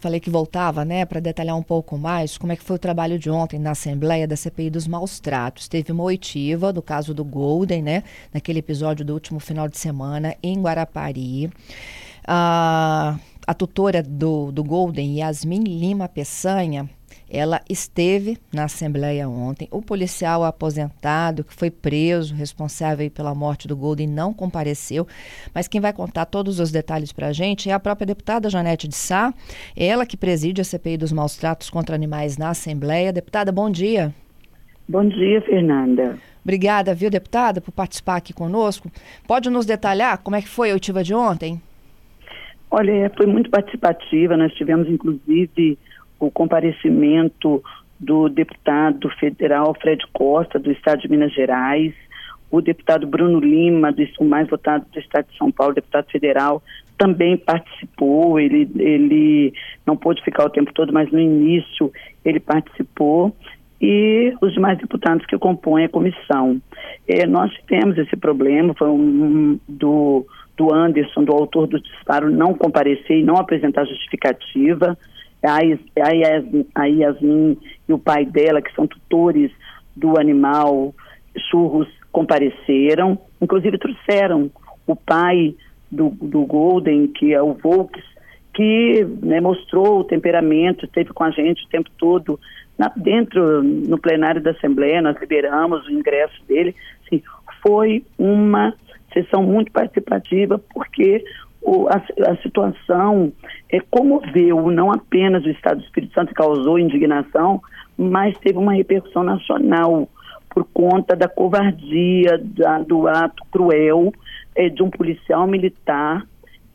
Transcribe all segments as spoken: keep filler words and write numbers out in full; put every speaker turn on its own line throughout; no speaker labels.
falei que voltava, né, para detalhar um pouco mais como é que foi o trabalho de ontem na Assembleia da C P I dos Maus Tratos. Teve uma oitiva do caso do Golden, né, naquele episódio do último final de semana em Guarapari. A, a tutora do, do Golden, Yasmin Lima Peçanha, ela esteve na Assembleia ontem. O policial aposentado, que foi preso, responsável pela morte do Golden, não compareceu. Mas quem vai contar todos os detalhes para a gente é a própria deputada Janete de Sá, ela que preside a C P I dos Maus Tratos contra Animais na Assembleia. Deputada, bom dia.
Bom dia, Fernanda.
Obrigada, viu, deputada, por participar aqui conosco. Pode nos detalhar como é que foi a oitiva de ontem?
Olha, foi muito participativa. Nós tivemos, inclusive, o comparecimento do deputado federal Fred Costa, do estado de Minas Gerais, o deputado Bruno Lima, do, o mais votado do estado de São Paulo, deputado federal, também participou. Ele, ele não pôde ficar o tempo todo, mas no início ele participou, e os demais deputados que compõem a comissão. É, nós tivemos esse problema, foi um, um do... do Anderson, do autor do disparo, não comparecer e não apresentar justificativa. A Yasmin e o pai dela, que são tutores do animal Churros, compareceram. Inclusive trouxeram o pai do, do Golden, que é o Volks, que, né, mostrou o temperamento, esteve com a gente o tempo todo na, dentro, no plenário da Assembleia. Nós liberamos o ingresso dele. Assim, foi uma sessão muito participativa, porque o, a, a situação é, comoveu não apenas o Estado do Espírito Santo, causou indignação, mas teve uma repercussão nacional por conta da covardia, da, do ato cruel é, de um policial militar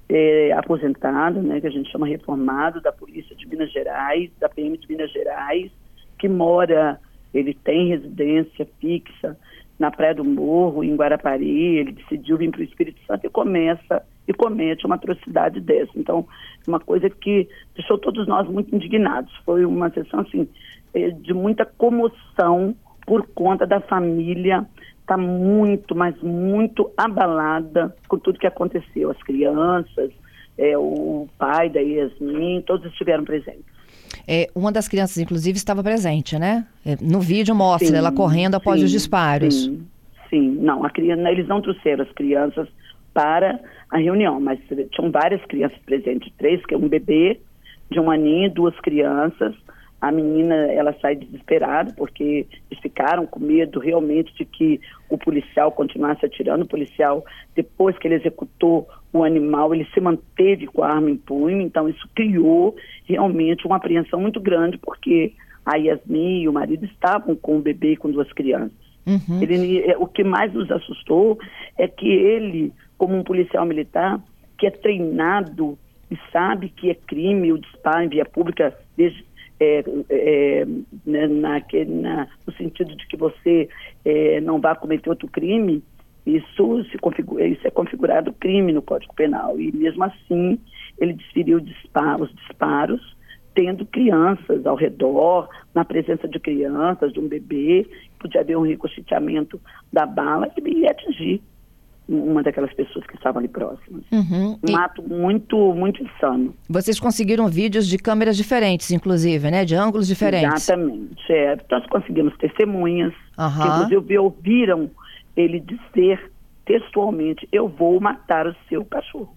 é, aposentado, né, que a gente chama reformado, da Polícia de Minas Gerais, da P M de Minas Gerais, que mora, ele tem residência fixa na Praia do Morro, em Guarapari. Ele decidiu vir para o Espírito Santo e começa e comete uma atrocidade dessa. Então, uma coisa que deixou todos nós muito indignados. Foi uma sessão assim, de muita comoção por conta da família estar muito, mas muito abalada com tudo que aconteceu. As crianças, é, o pai da Yasmin, todos estiveram presentes.
É, uma das crianças, inclusive, estava presente, né? No vídeo mostra sim, ela correndo após
sim,
os disparos.
Sim, sim. Não, a criança, eles não trouxeram as crianças para a reunião, mas tinham várias crianças presentes. Três, que é um bebê de um aninho e duas crianças. A menina, ela sai desesperada, porque eles ficaram com medo realmente de que o policial continuasse atirando. O policial, depois que ele executou o animal, ele se manteve com a arma em punho. Então isso criou realmente uma apreensão muito grande, porque a Yasmin e o marido estavam com o bebê e com duas crianças. Uhum. Ele, o que mais nos assustou é que ele, como um policial militar, que é treinado e sabe que é crime o disparo em via pública, desde É, é, né, na, na, no sentido de que você é, não vá cometer outro crime, isso, se configura, isso é configurado crime no Código Penal. E mesmo assim, ele desferiu dispar, os disparos, tendo crianças ao redor, na presença de crianças, de um bebê, podia haver um ricocheteamento da bala e ia atingir uma daquelas pessoas que estavam ali próximas. Uhum. Um e... ato muito, muito insano.
Vocês conseguiram vídeos de câmeras diferentes, inclusive, né? De ângulos diferentes.
Exatamente. É. Nós conseguimos testemunhas, uhum, que inclusive ouviram ele dizer textualmente: eu vou matar o seu cachorro.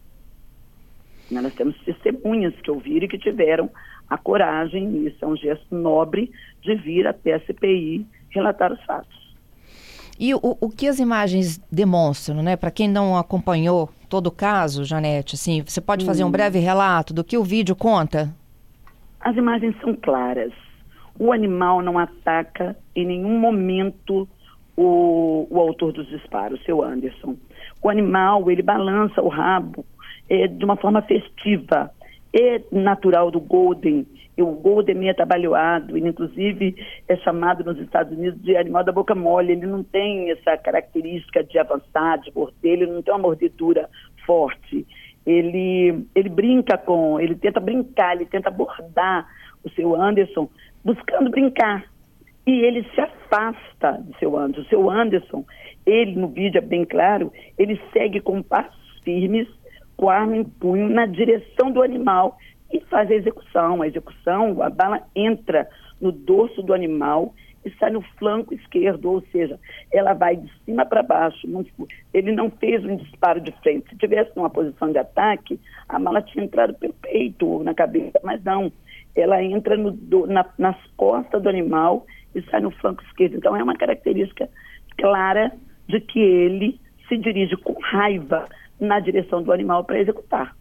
Nós temos testemunhas que ouviram e que tiveram a coragem, e isso é um gesto nobre, de vir até a C P I relatar os fatos.
E o, o que as imagens demonstram, né? Para quem não acompanhou todo o caso, Janete, assim, você pode fazer hum. um breve relato do que o vídeo conta?
As imagens são claras. O animal não ataca em nenhum momento o, o autor dos disparos, o seu Anderson. O animal, ele balança o rabo é, de uma forma festiva. É natural do Golden. O Golden é atabalhoado, ele inclusive é chamado nos Estados Unidos de animal da boca mole. Ele não tem essa característica de avançar, de morder, ele não tem uma mordedura forte. Ele, ele brinca com, ele tenta brincar, ele tenta abordar o seu Anderson, buscando brincar. E ele se afasta do seu Anderson. O seu Anderson, ele no vídeo é bem claro, ele segue com passos firmes, com a arma em punho, na direção do animal, e faz a execução. A execução, a bala entra no dorso do animal e sai no flanco esquerdo, ou seja, ela vai de cima para baixo. Não, ele não fez um disparo de frente. Se tivesse numa posição de ataque, a bala tinha entrado pelo peito ou na cabeça, mas não. Ela entra no, do, na, nas costas do animal e sai no flanco esquerdo. Então é uma característica clara de que ele se dirige com raiva na direção do animal para executar.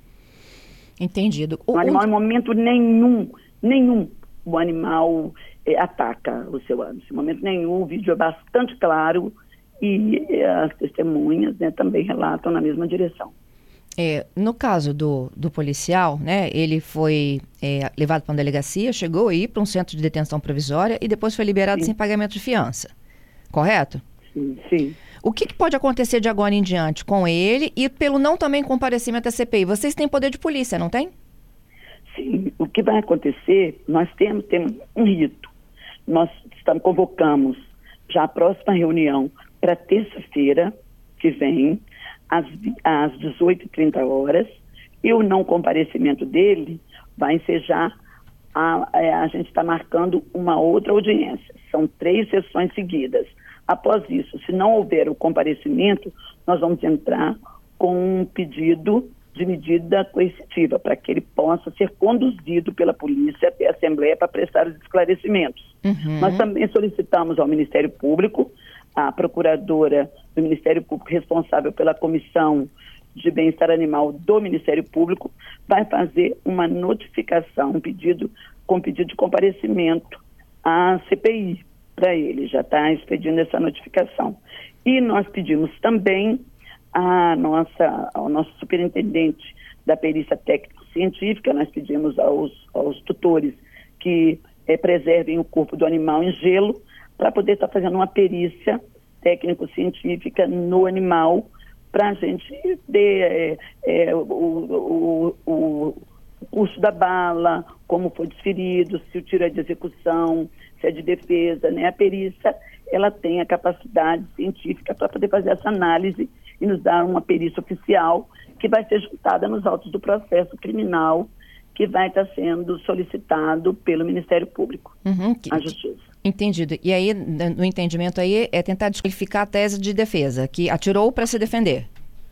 Entendido.
O, o animal, em momento nenhum, nenhum, o animal é, ataca o seu ânus. Em momento nenhum, o vídeo é bastante claro e é, as testemunhas, né, também relatam na mesma direção.
É, no caso do, do policial, né, ele foi é, levado para uma delegacia, chegou aí para um centro de detenção provisória e depois foi liberado, sim, sem pagamento de fiança. Correto?
Sim, sim.
O que, que pode acontecer de agora em diante com ele e pelo não também comparecimento à C P I? Vocês têm poder de polícia, não tem?
Sim, o que vai acontecer, nós temos, temos um rito. Nós estamos, convocamos já a próxima reunião para terça-feira que vem, às, às dezoito e trinta horas, e o não comparecimento dele vai ensejar, a, a, a gente está marcando uma outra audiência. São três sessões seguidas. Após isso, se não houver o comparecimento, nós vamos entrar com um pedido de medida coercitiva para que ele possa ser conduzido pela polícia até a Assembleia para prestar os esclarecimentos. Uhum. Nós também solicitamos ao Ministério Público, a procuradora do Ministério Público responsável pela Comissão de Bem-Estar Animal do Ministério Público, vai fazer uma notificação, um pedido, com pedido de comparecimento à C P I para ele, já está expedindo essa notificação. E nós pedimos também a nossa, ao nosso superintendente da perícia técnico-científica, nós pedimos aos, aos tutores que é, preservem o corpo do animal em gelo, para poder estar tá fazendo uma perícia técnico-científica no animal, para a gente ver é, é, o, o, o, o curso da bala, como foi desferido, se o tiro é de execução, se é de defesa, né? A perícia, ela tem a capacidade científica para poder fazer essa análise e nos dar uma perícia oficial que vai ser juntada nos autos do processo criminal que vai estar sendo solicitado pelo Ministério Público,
uhum, que,
à Justiça.
Entendido. E aí, no entendimento aí, é tentar desqualificar a tese de defesa, que atirou para se defender.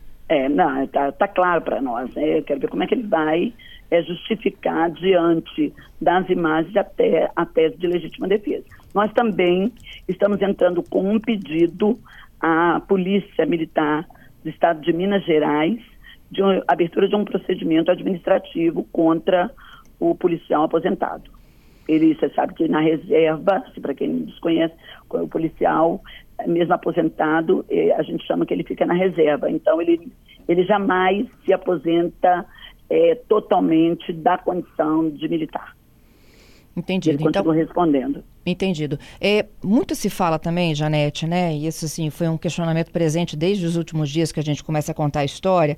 É, não, está tá claro para nós, né? Eu quero ver como é que ele vai é, justificar diante das imagens até a tese de legítima defesa. Nós também estamos entrando com um pedido à Polícia Militar do Estado de Minas Gerais de uma, abertura de um procedimento administrativo contra o policial aposentado. Ele, você sabe que na reserva, se para quem não desconhece, o policial, mesmo aposentado, a gente chama que ele fica na reserva. Então, ele, ele jamais se aposenta é, totalmente da condição de militar.
Entendido.
Ele continua
então,
respondendo.
Entendido. É, muito se fala também, Janete, né? E isso assim, foi um questionamento presente desde os últimos dias que a gente começa a contar a história.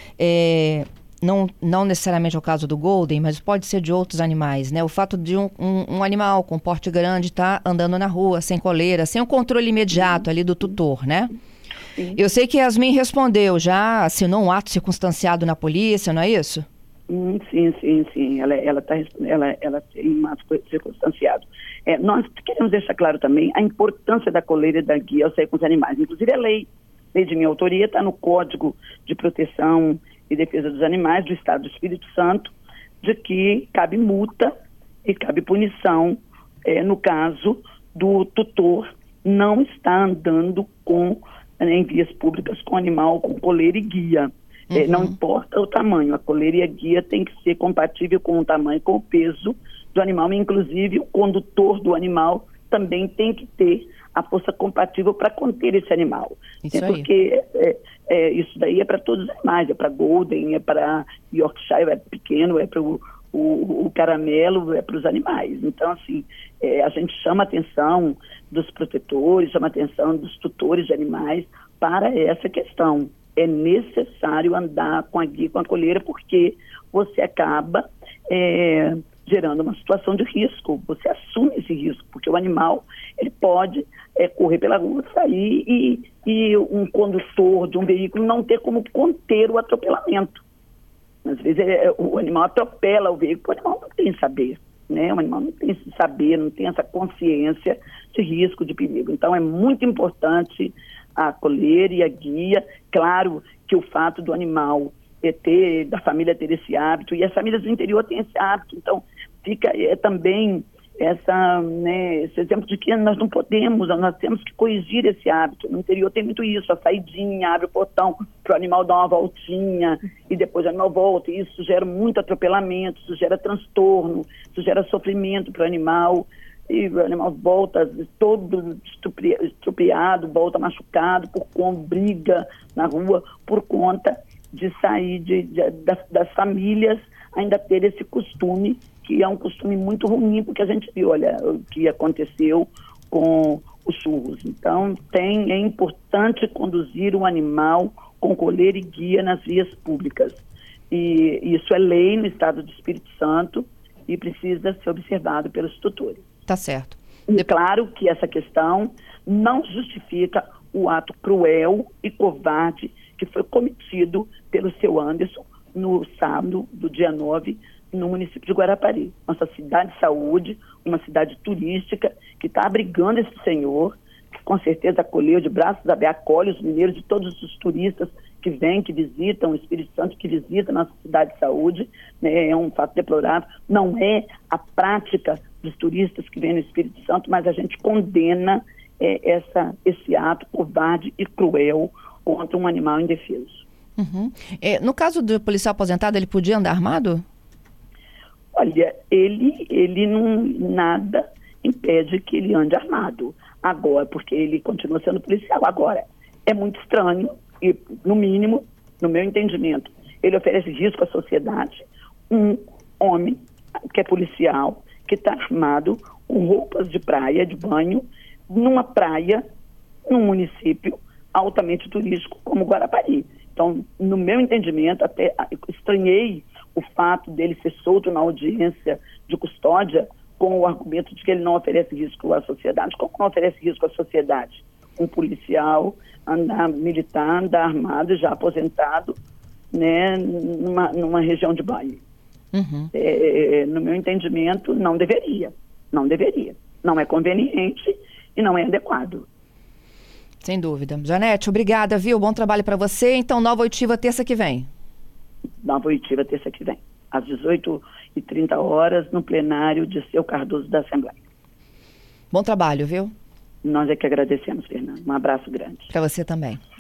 É, não, não necessariamente é o caso do Golden, mas pode ser de outros animais, né? O fato de um, um, um animal com porte grande estar tá andando na rua, sem coleira, sem o controle imediato ali do tutor, né? Sim. Eu sei que Yasmin respondeu, já assinou um ato circunstanciado na polícia, não é isso?
Hum, sim, sim, sim. Ela, ela, tá, ela, ela tem um ato circunstanciado. É, nós queremos deixar claro também a importância da coleira e da guia ao sair com os animais. Inclusive a lei, lei de minha autoria, está no Código de Proteção e Defesa dos Animais do Estado do Espírito Santo, de que cabe multa e cabe punição é, no caso do tutor não estar andando com, né, em vias públicas com animal, com coleira e guia. Uhum. É, não importa o tamanho, a coleira e a guia tem que ser compatível com o tamanho, com o peso do animal, inclusive o condutor do animal também tem que ter a força compatível para conter esse animal.
Isso
é
aí.
Porque é, é, isso daí é para todos os animais, é para Golden, é para Yorkshire, é pequeno, é para o, o, o caramelo, é para os animais. Então, assim, é, a gente chama a atenção dos protetores, chama a atenção dos tutores de animais para essa questão. É necessário andar com a guia, com a coleira, porque você acaba é, gerando uma situação de risco. Você assume esse risco, porque o animal ele pode é, correr pela rua, sair e, e um condutor de um veículo não ter como conter o atropelamento. Às vezes é, o animal atropela o veículo, o animal não tem saber, né? O animal não tem esse saber, não tem essa consciência de risco, de perigo. Então é muito importante a coleira e a guia. Claro que o fato do animal é ter, da família ter esse hábito, e as famílias do interior têm esse hábito, então fica é, também essa, né, esse exemplo de que nós não podemos, nós temos que corrigir esse hábito. No interior tem muito isso, a saidinha, abre o portão para o animal dar uma voltinha e depois o animal volta, e isso gera muito atropelamento, isso gera transtorno, isso gera sofrimento para o animal, e o animal volta todo estrupiado, volta machucado, por conta, briga na rua, por conta de sair de, de, das, das famílias ainda ter esse costume, que é um costume muito ruim, porque a gente viu, olha, o que aconteceu com os churros. Então, tem, é importante conduzir um animal com coleira e guia nas vias públicas. E isso é lei no estado do Espírito Santo e precisa ser observado pelos tutores.
Tá certo.
E claro que essa questão não justifica o ato cruel e covarde que foi cometido pelo seu Anderson no sábado do dia nove, no município de Guarapari. Nossa cidade de saúde, uma cidade turística que está abrigando esse senhor, que com certeza acolheu de braços abertos, acolhe os mineiros e todos os turistas que vêm, que visitam o Espírito Santo, que visitam nossa cidade de saúde, né? É um fato deplorável. Não é a prática dos turistas que vêm no Espírito Santo, mas a gente condena é, essa, esse ato covarde e cruel contra um animal indefeso.
Uhum. É, no caso do policial aposentado, ele podia andar armado?
Olha, ele, ele não, nada impede que ele ande armado. Agora, porque ele continua sendo policial. Agora, é muito estranho e, no mínimo, no meu entendimento, ele oferece risco à sociedade. Um homem que é policial, que está armado, com roupas de praia, de banho, numa praia, num município altamente turístico como Guarapari. Então, no meu entendimento, até estranhei o fato dele ser solto na audiência de custódia com o argumento de que ele não oferece risco à sociedade. Como não oferece risco à sociedade? Um policial andar militar, andar armado, já aposentado, né, numa, numa região de banho. Uhum. É, no meu entendimento, não deveria. Não deveria. Não é conveniente e não é adequado.
Sem dúvida. Janete, obrigada, viu? Bom trabalho para você. Então, nova oitiva terça que vem.
Nova oitiva terça que vem, às dezoito e trinta horas, no plenário de Seu Cardoso da Assembleia.
Bom trabalho, viu?
Nós é que agradecemos, Fernando. Um abraço grande.
Para você também.